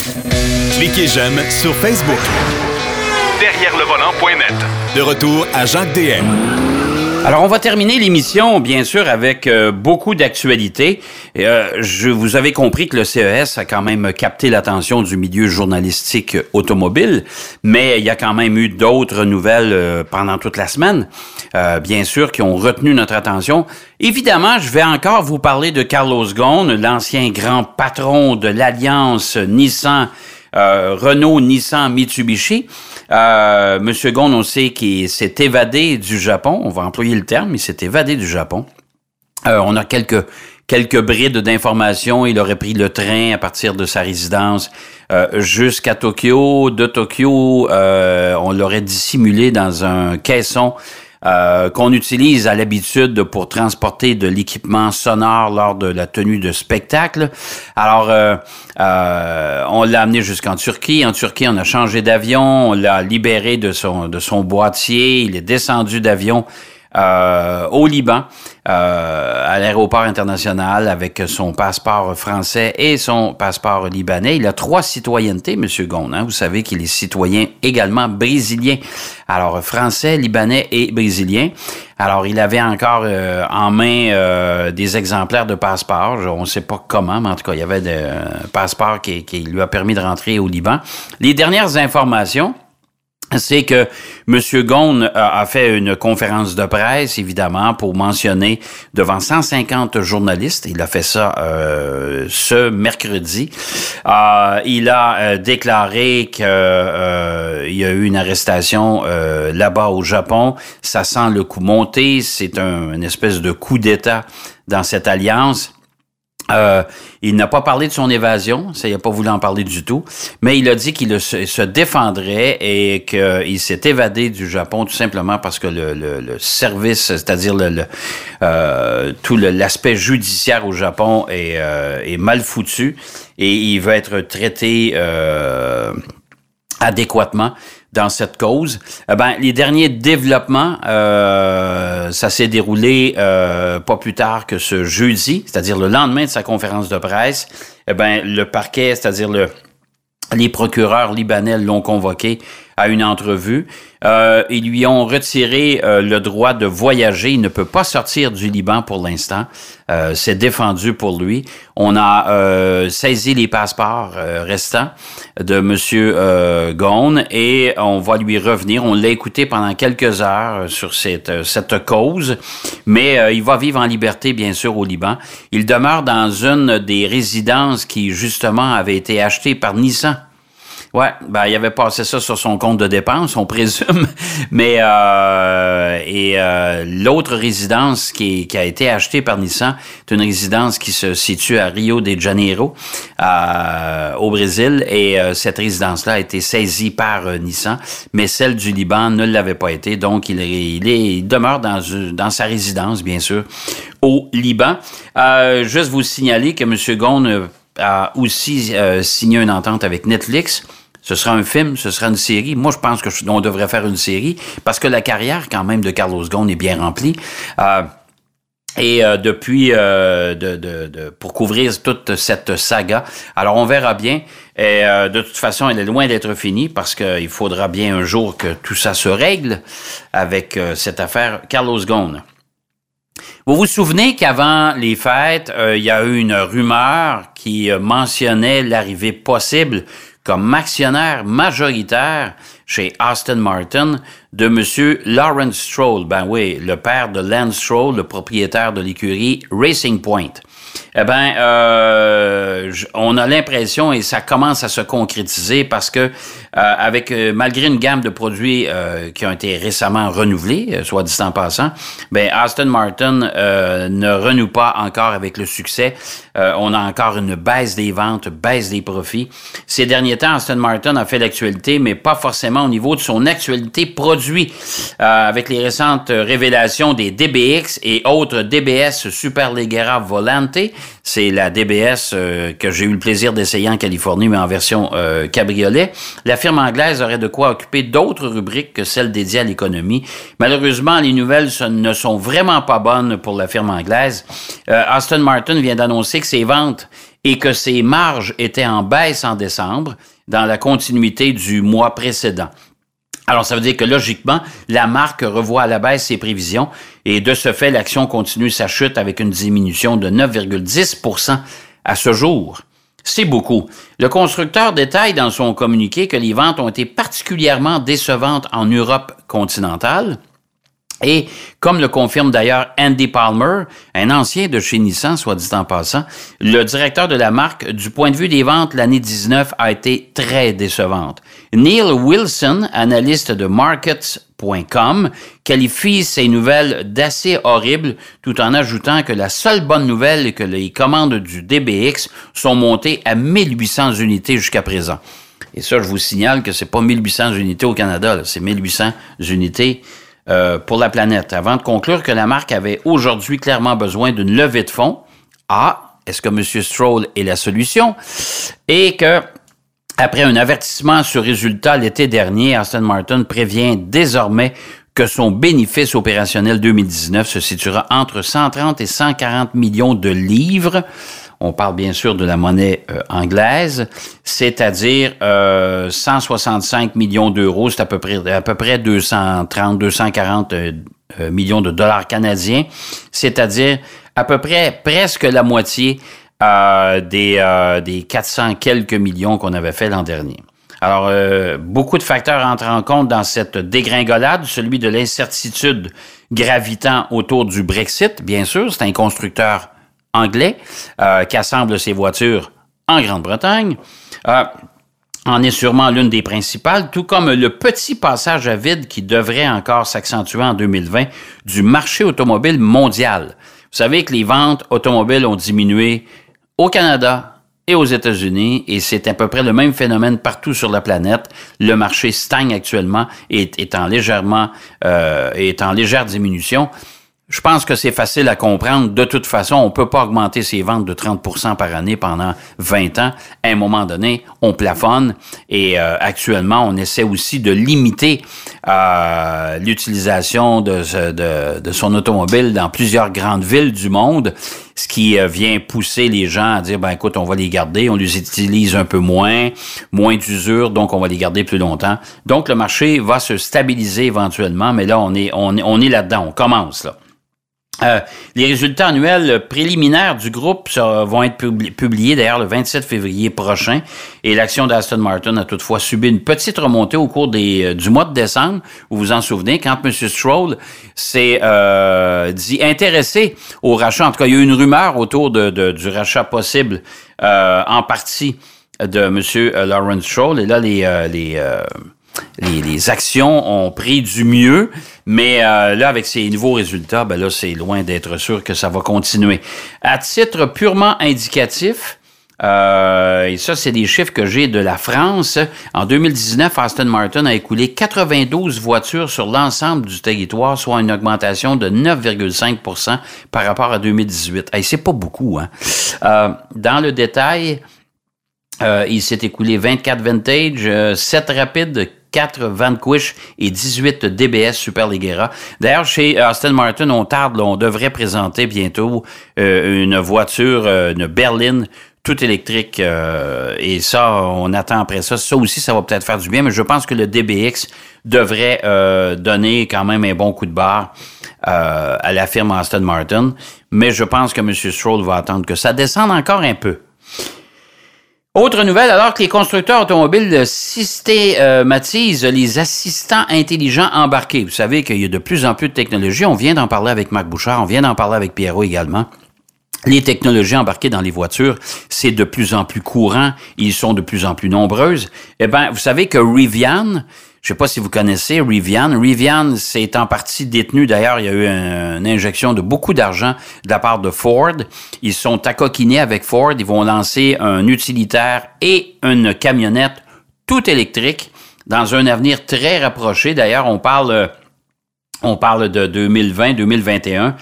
Cliquez j'aime sur Facebook. Derrière le volant.net. De retour à Jacques DM. Alors, on va terminer l'émission, bien sûr, avec beaucoup d'actualités. Vous avez compris que le CES a quand même capté l'attention du milieu journalistique automobile, mais il y a quand même eu d'autres nouvelles pendant toute la semaine, bien sûr, qui ont retenu notre attention. Évidemment, je vais encore vous parler de Carlos Ghosn, l'ancien grand patron de l'alliance Nissan, Renault, Nissan, Mitsubishi. Monsieur Ghosn, on sait qu'il s'est évadé du Japon. On va employer le terme, il s'est évadé du Japon. On a quelques brides d'informations. Il aurait pris le train à partir de sa résidence jusqu'à Tokyo. De Tokyo, on l'aurait dissimulé dans un caisson qu'on utilise à l'habitude pour transporter de l'équipement sonore lors de la tenue de spectacle. Alors, on l'a amené jusqu'en Turquie. En Turquie, on a changé d'avion, on l'a libéré de son boîtier. Il est descendu d'avion au Liban, à l'aéroport international avec son passeport français et son passeport libanais. Il a 3 citoyennetés, Monsieur Ghosn. Vous savez qu'il est citoyen également brésilien. Alors, français, libanais et brésilien. Alors, il avait encore en main des exemplaires de passeport. On ne sait pas comment, mais en tout cas, il y avait un passeport qui lui a permis de rentrer au Liban. Les dernières informations, c'est que M. Ghosn a fait une conférence de presse, évidemment, pour mentionner devant 150 journalistes. Il a fait ça ce mercredi. Il a déclaré qu'il y a eu une arrestation là-bas au Japon. Ça sent le coup monter. C'est une espèce de coup d'État dans cette alliance. Il n'a pas parlé de son évasion, ça, il n'a pas voulu en parler du tout, mais il a dit qu'il se défendrait et qu'il s'est évadé du Japon tout simplement parce que le service, c'est-à-dire tout l'aspect judiciaire au Japon est mal foutu et il veut être traité adéquatement dans cette cause. Les derniers développements, ça s'est déroulé pas plus tard que ce jeudi, c'est-à-dire le lendemain de sa conférence de presse. Le parquet, c'est-à-dire les procureurs libanais l'ont convoqué à une entrevue. Ils lui ont retiré le droit de voyager. Il ne peut pas sortir du Liban pour l'instant. C'est défendu pour lui. On a saisi les passeports restants de M. Ghosn et on va lui revenir. On l'a écouté pendant quelques heures sur cette cause, mais il va vivre en liberté, bien sûr, au Liban. Il demeure dans une des résidences qui, justement, avait été achetée par Nissan. Ouais, il avait passé ça sur son compte de dépenses, on présume, mais l'autre résidence qui a été achetée par Nissan, c'est une résidence qui se situe à Rio de Janeiro, au Brésil, et cette résidence-là a été saisie par Nissan, mais celle du Liban ne l'avait pas été, donc il demeure dans sa résidence, bien sûr, au Liban. Juste vous signaler que M. Ghosn a aussi signé une entente avec Netflix. Ce sera un film, ce sera une série. Moi, je pense qu'on devrait faire une série parce que la carrière, quand même, de Carlos Ghosn est bien remplie. Depuis, pour couvrir toute cette saga. Alors, on verra bien. Et de toute façon, elle est loin d'être finie parce qu'il faudra bien un jour que tout ça se règle avec cette affaire Carlos Ghosn. Vous vous souvenez qu'avant les fêtes, il y a eu une rumeur qui mentionnait l'arrivée possible comme actionnaire majoritaire chez Aston Martin de M. Lawrence Stroll. Oui, le père de Lance Stroll, le propriétaire de l'écurie Racing Point. On a l'impression, et ça commence à se concrétiser parce que malgré une gamme de produits qui ont été récemment renouvelés, soit dit en passant, Aston Martin ne renoue pas encore avec le succès. On a encore une baisse des ventes, baisse des profits. Ces derniers temps, Aston Martin a fait l'actualité, mais pas forcément au niveau de son actualité produit. Avec les récentes révélations des DBX et autres DBS Superleggera Volante, c'est la DBS que j'ai eu le plaisir d'essayer en Californie, mais en version cabriolet. La firme anglaise aurait de quoi occuper d'autres rubriques que celles dédiées à l'économie. Malheureusement, les nouvelles ne sont vraiment pas bonnes pour la firme anglaise. Aston Martin vient d'annoncer que ses ventes et que ses marges étaient en baisse en décembre, dans la continuité du mois précédent. Alors, ça veut dire que logiquement, la marque revoit à la baisse ses prévisions et de ce fait, l'action continue sa chute avec une diminution de 9,10% à ce jour. C'est beaucoup. Le constructeur détaille dans son communiqué que les ventes ont été particulièrement décevantes en Europe continentale. Et comme le confirme d'ailleurs Andy Palmer, un ancien de chez Nissan, soit dit en passant, le directeur de la marque, du point de vue des ventes, l'année 19 a été très décevante. Neil Wilson, analyste de Markets.com, qualifie ces nouvelles d'assez horribles, tout en ajoutant que la seule bonne nouvelle est que les commandes du DBX sont montées à 1800 unités jusqu'à présent. Et ça, je vous signale que c'est pas 1800 unités au Canada, là, c'est 1800 unités pour la planète. Avant de conclure que la marque avait aujourd'hui clairement besoin d'une levée de fonds. Est-ce que M. Stroll est la solution? Et que, après un avertissement sur résultat l'été dernier, Aston Martin prévient désormais que son bénéfice opérationnel 2019 se situera entre 130 et 140 millions de livres. On parle bien sûr de la monnaie anglaise, c'est-à-dire 165 millions d'euros, c'est à peu près 230, 240 millions de dollars canadiens, c'est-à-dire à peu près presque la moitié des 400 quelques millions qu'on avait fait l'an dernier. Alors, beaucoup de facteurs entrent en compte dans cette dégringolade, celui de l'incertitude gravitant autour du Brexit, bien sûr, c'est un constructeur anglais qui assemble ses voitures en Grande-Bretagne, en est sûrement l'une des principales, tout comme le petit passage à vide qui devrait encore s'accentuer en 2020 du marché automobile mondial. Vous savez que les ventes automobiles ont diminué au Canada et aux États-Unis, et c'est à peu près le même phénomène partout sur la planète. Le marché stagne actuellement et est en légère diminution. Je pense que c'est facile à comprendre. De toute façon, on peut pas augmenter ses ventes de 30% par année pendant 20 ans. À un moment donné, on plafonne et actuellement, on essaie aussi de limiter l'utilisation de son automobile dans plusieurs grandes villes du monde, ce qui vient pousser les gens à dire, ben écoute, on va les garder, on les utilise un peu moins d'usure, donc on va les garder plus longtemps. Donc, le marché va se stabiliser éventuellement, mais là, on est là-dedans, on commence là. Les résultats annuels préliminaires du groupe vont être publiés d'ailleurs le 27 février prochain et l'action d'Aston Martin a toutefois subi une petite remontée au cours du mois de décembre. Vous vous en souvenez, quand M. Stroll s'est dit intéressé au rachat, en tout cas il y a eu une rumeur autour du rachat possible en partie de M. Lawrence Stroll et là les actions ont pris du mieux, mais là, avec ces nouveaux résultats, ben là, c'est loin d'être sûr que ça va continuer. À titre purement indicatif, et ça, c'est des chiffres que j'ai de la France, en 2019, Aston Martin a écoulé 92 voitures sur l'ensemble du territoire, soit une augmentation de 9,5% par rapport à 2018. Hey, c'est pas beaucoup, hein? Dans le détail, il s'est écoulé 24 Vantage, 7 rapides, 4 Vanquish et 18 DBS Superleggera. D'ailleurs, chez Aston Martin, on devrait présenter bientôt une voiture, une berline tout électrique. Et ça, on attend après ça. Ça aussi, ça va peut-être faire du bien, mais je pense que le DBX devrait donner quand même un bon coup de barre à la firme Aston Martin. Mais je pense que M. Stroll va attendre que ça descende encore un peu. Autre nouvelle, alors que les constructeurs automobiles systématisent les assistants intelligents embarqués. Vous savez qu'il y a de plus en plus de technologies. On vient d'en parler avec Marc Bouchard, on vient d'en parler avec Pierrot également. Les technologies embarquées dans les voitures, c'est de plus en plus courant. Ils sont de plus en plus nombreuses. Eh bien, vous savez que Rivian, je sais pas si vous connaissez Rivian. Rivian, c'est en partie détenu. D'ailleurs, il y a eu une injection de beaucoup d'argent de la part de Ford. Ils sont accoquinés avec Ford. Ils vont lancer un utilitaire et une camionnette tout électrique dans un avenir très rapproché. D'ailleurs, on parle de 2020-2021.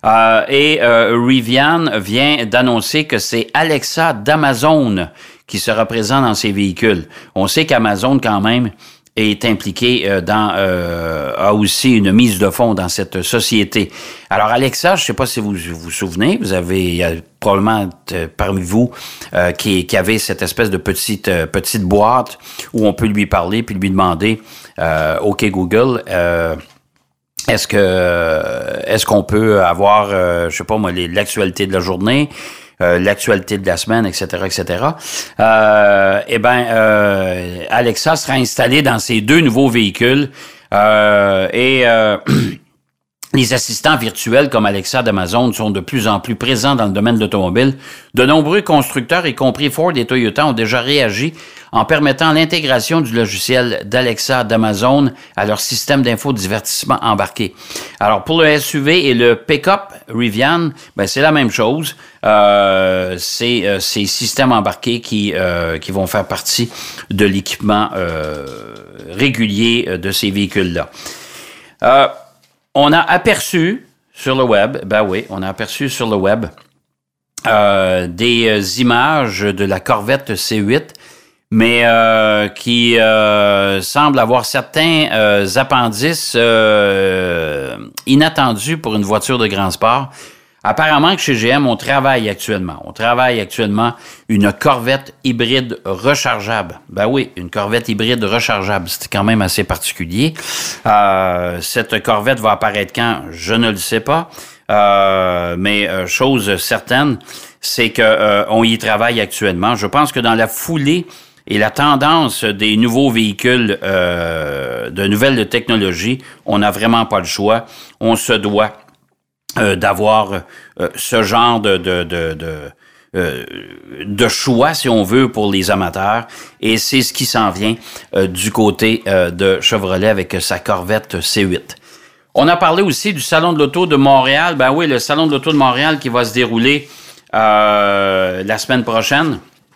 Rivian vient d'annoncer que c'est Alexa d'Amazon qui sera présent dans ces véhicules. On sait qu'Amazon, quand même, est impliqué a aussi une mise de fonds dans cette société. Alors Alexa, je ne sais pas si vous vous souvenez, il y a probablement parmi vous qui avait cette espèce de petite boîte où on peut lui parler puis lui demander OK Google, est-ce qu'on peut avoir je sais pas moi l'actualité de la journée, l'actualité de la semaine, etc., etc. Alexa sera installée dans ces 2 nouveaux véhicules les assistants virtuels comme Alexa d'Amazon sont de plus en plus présents dans le domaine de l'automobile. De nombreux constructeurs, y compris Ford et Toyota, ont déjà réagi en permettant l'intégration du logiciel d'Alexa d'Amazon à leur système d'infodivertissement embarqué. Alors, pour le SUV et le pick-up Rivian, c'est la même chose. C'est ces systèmes embarqués qui vont faire partie de l'équipement régulier de ces véhicules-là. On a aperçu sur le web, des images de la Corvette C8, mais qui semblent avoir certains appendices inattendus pour une voiture de grand sport. Apparemment que chez GM, on travaille actuellement une Corvette hybride rechargeable. Ben oui, une Corvette hybride rechargeable. C'est quand même assez particulier. Cette Corvette va apparaître quand? Je ne le sais pas. Mais chose certaine, c'est que on y travaille actuellement. Je pense que dans la foulée et la tendance des nouveaux véhicules de nouvelles technologies, on n'a vraiment pas le choix. On se doit d'avoir ce genre de choix, si on veut, pour les amateurs. Et c'est ce qui s'en vient du côté de Chevrolet avec sa Corvette C8. On a parlé aussi du Salon de l'Auto de Montréal. Ben oui, le Salon de l'Auto de Montréal qui va se dérouler la semaine prochaine.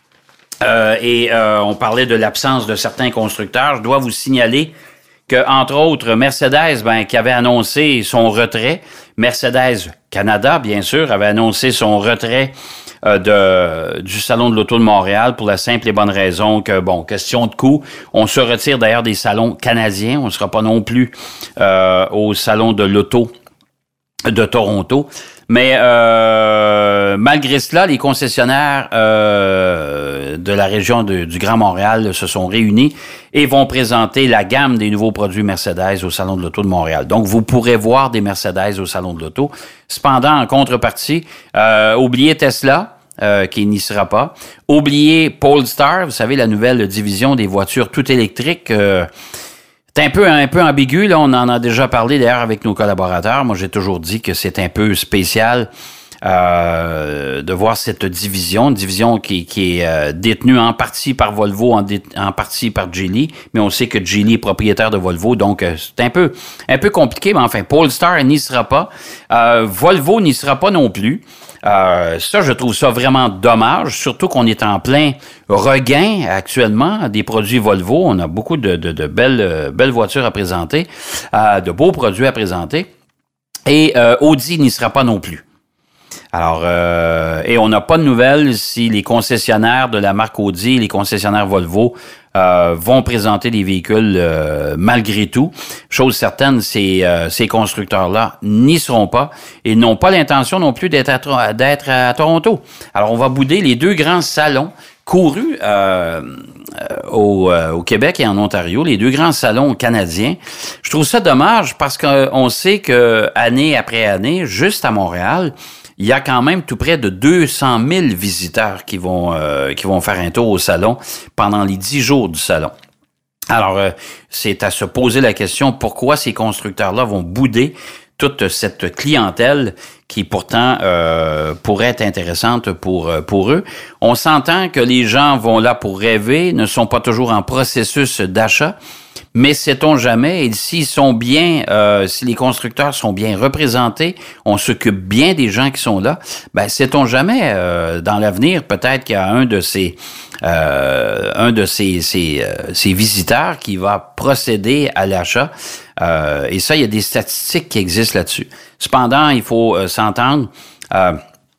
On parlait de l'absence de certains constructeurs. Je dois vous signaler que, entre autres, Mercedes, qui avait annoncé son retrait. Mercedes Canada, bien sûr, avait annoncé son retrait du Salon de l'Auto de Montréal pour la simple et bonne raison que, question de coût, on se retire d'ailleurs des salons canadiens. On ne sera pas non plus au Salon de l'Auto de Toronto. Mais malgré cela, les concessionnaires de la région du Grand Montréal se sont réunis et vont présenter la gamme des nouveaux produits Mercedes au Salon de l'Auto de Montréal. Donc, vous pourrez voir des Mercedes au Salon de l'Auto. Cependant, en contrepartie, oubliez Tesla, qui n'y sera pas. Oubliez Polestar, vous savez, la nouvelle division des voitures tout électriques. C'est un peu ambigu, là, on en a déjà parlé d'ailleurs avec nos collaborateurs. Moi, j'ai toujours dit que c'est un peu spécial de voir cette division, une division qui est détenue en partie par Volvo, en partie par Geely, mais on sait que Geely est propriétaire de Volvo, donc c'est un peu compliqué, mais enfin, Polestar n'y sera pas, Volvo n'y sera pas non plus. Ça, je trouve ça vraiment dommage, surtout qu'on est en plein regain actuellement des produits Volvo. On a beaucoup de belles voitures à présenter, de beaux produits à présenter. Et Audi n'y sera pas non plus. Alors, et on n'a pas de nouvelles si les concessionnaires de la marque Audi, les concessionnaires Volvo vont présenter des véhicules malgré tout. Chose certaine, ces constructeurs-là n'y seront pas et n'ont pas l'intention non plus d'être à Toronto. Alors, on va bouder les 2 grands salons courus au Québec et en Ontario, les 2 grands salons canadiens. Je trouve ça dommage parce qu'on sait que année après année, juste à Montréal, il y a quand même tout près de 200 000 visiteurs qui vont faire un tour au salon pendant les 10 jours du salon. Alors, c'est à se poser la question, pourquoi ces constructeurs-là vont bouder toute cette clientèle qui pourtant pourrait être intéressante pour eux. On s'entend que les gens vont là pour rêver, ne sont pas toujours en processus d'achat. Mais sait-on jamais, et s'ils sont bien, si les constructeurs sont bien représentés, on s'occupe bien des gens qui sont là, sait-on jamais, dans l'avenir, peut-être qu'il y a un de ces visiteurs qui va procéder à l'achat. Et ça, il y a des statistiques qui existent là-dessus. Cependant, il faut s'entendre.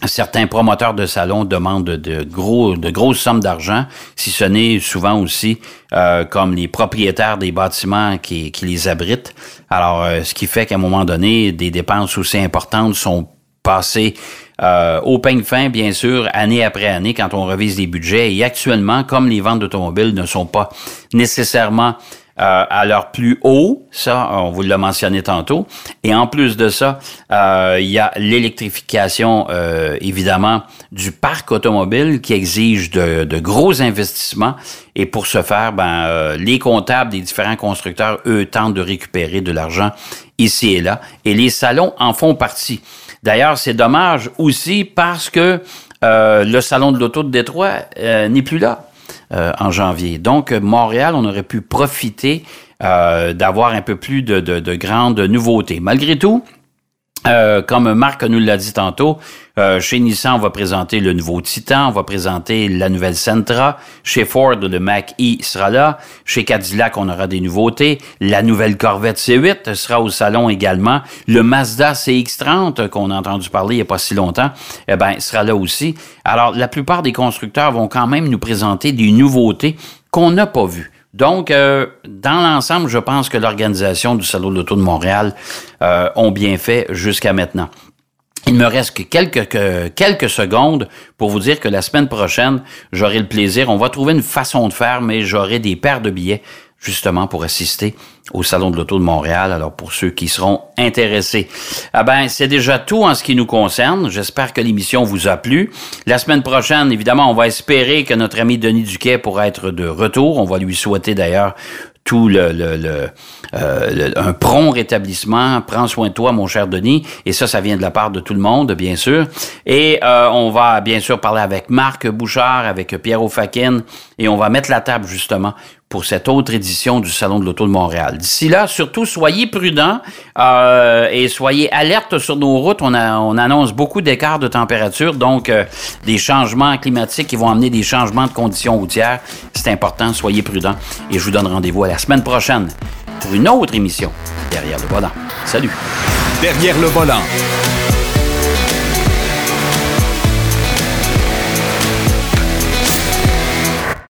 certains promoteurs de salons demandent de grosses sommes d'argent, si ce n'est souvent aussi comme les propriétaires des bâtiments qui les abritent. Alors, ce qui fait qu'à un moment donné, des dépenses aussi importantes sont passées au peigne fin, bien sûr, année après année, quand on revise les budgets. Et actuellement, comme les ventes d'automobiles ne sont pas nécessairement à leur plus haut, ça, on vous l'a mentionné tantôt. Et en plus de ça, il y a l'électrification, évidemment, du parc automobile qui exige de gros investissements. Et pour ce faire, les comptables des différents constructeurs, eux, tentent de récupérer de l'argent ici et là. Et les salons en font partie. D'ailleurs, c'est dommage aussi parce que le salon de l'auto de Détroit n'est plus là. En janvier. Donc, Montréal, on aurait pu profiter d'avoir un peu plus de grandes nouveautés. Malgré tout, comme Marc nous l'a dit tantôt, chez Nissan, on va présenter le nouveau Titan, on va présenter la nouvelle Sentra. Chez Ford, le Mach-E sera là. Chez Cadillac, on aura des nouveautés. La nouvelle Corvette C8 sera au salon également. Le Mazda CX-30, qu'on a entendu parler il n'y a pas si longtemps, sera là aussi. Alors, la plupart des constructeurs vont quand même nous présenter des nouveautés qu'on n'a pas vues. Donc, dans l'ensemble, je pense que l'organisation du Salon de l'Auto de Montréal ont bien fait jusqu'à maintenant. Il me reste que quelques secondes pour vous dire que la semaine prochaine, j'aurai le plaisir, on va trouver une façon de faire, mais j'aurai des paires de billets justement pour assister au Salon de l'Auto de Montréal. Alors, pour ceux qui seront intéressés. C'est déjà tout en ce qui nous concerne. J'espère que l'émission vous a plu. La semaine prochaine, évidemment, on va espérer que notre ami Denis Duquet pourra être de retour. On va lui souhaiter d'ailleurs tout un prompt rétablissement. Prends soin de toi, mon cher Denis. Et ça vient de la part de tout le monde, bien sûr. Et on va bien sûr parler avec Marc Bouchard, avec Pierre Ofakin, et on va mettre la table justement pour cette autre édition du Salon de l'Auto de Montréal. D'ici là, surtout, soyez prudents et soyez alertes sur nos routes. On annonce beaucoup d'écarts de température, donc des changements climatiques qui vont amener des changements de conditions routières. C'est important, soyez prudents. Et je vous donne rendez-vous à la semaine prochaine pour une autre émission Derrière le volant. Salut! Derrière le volant.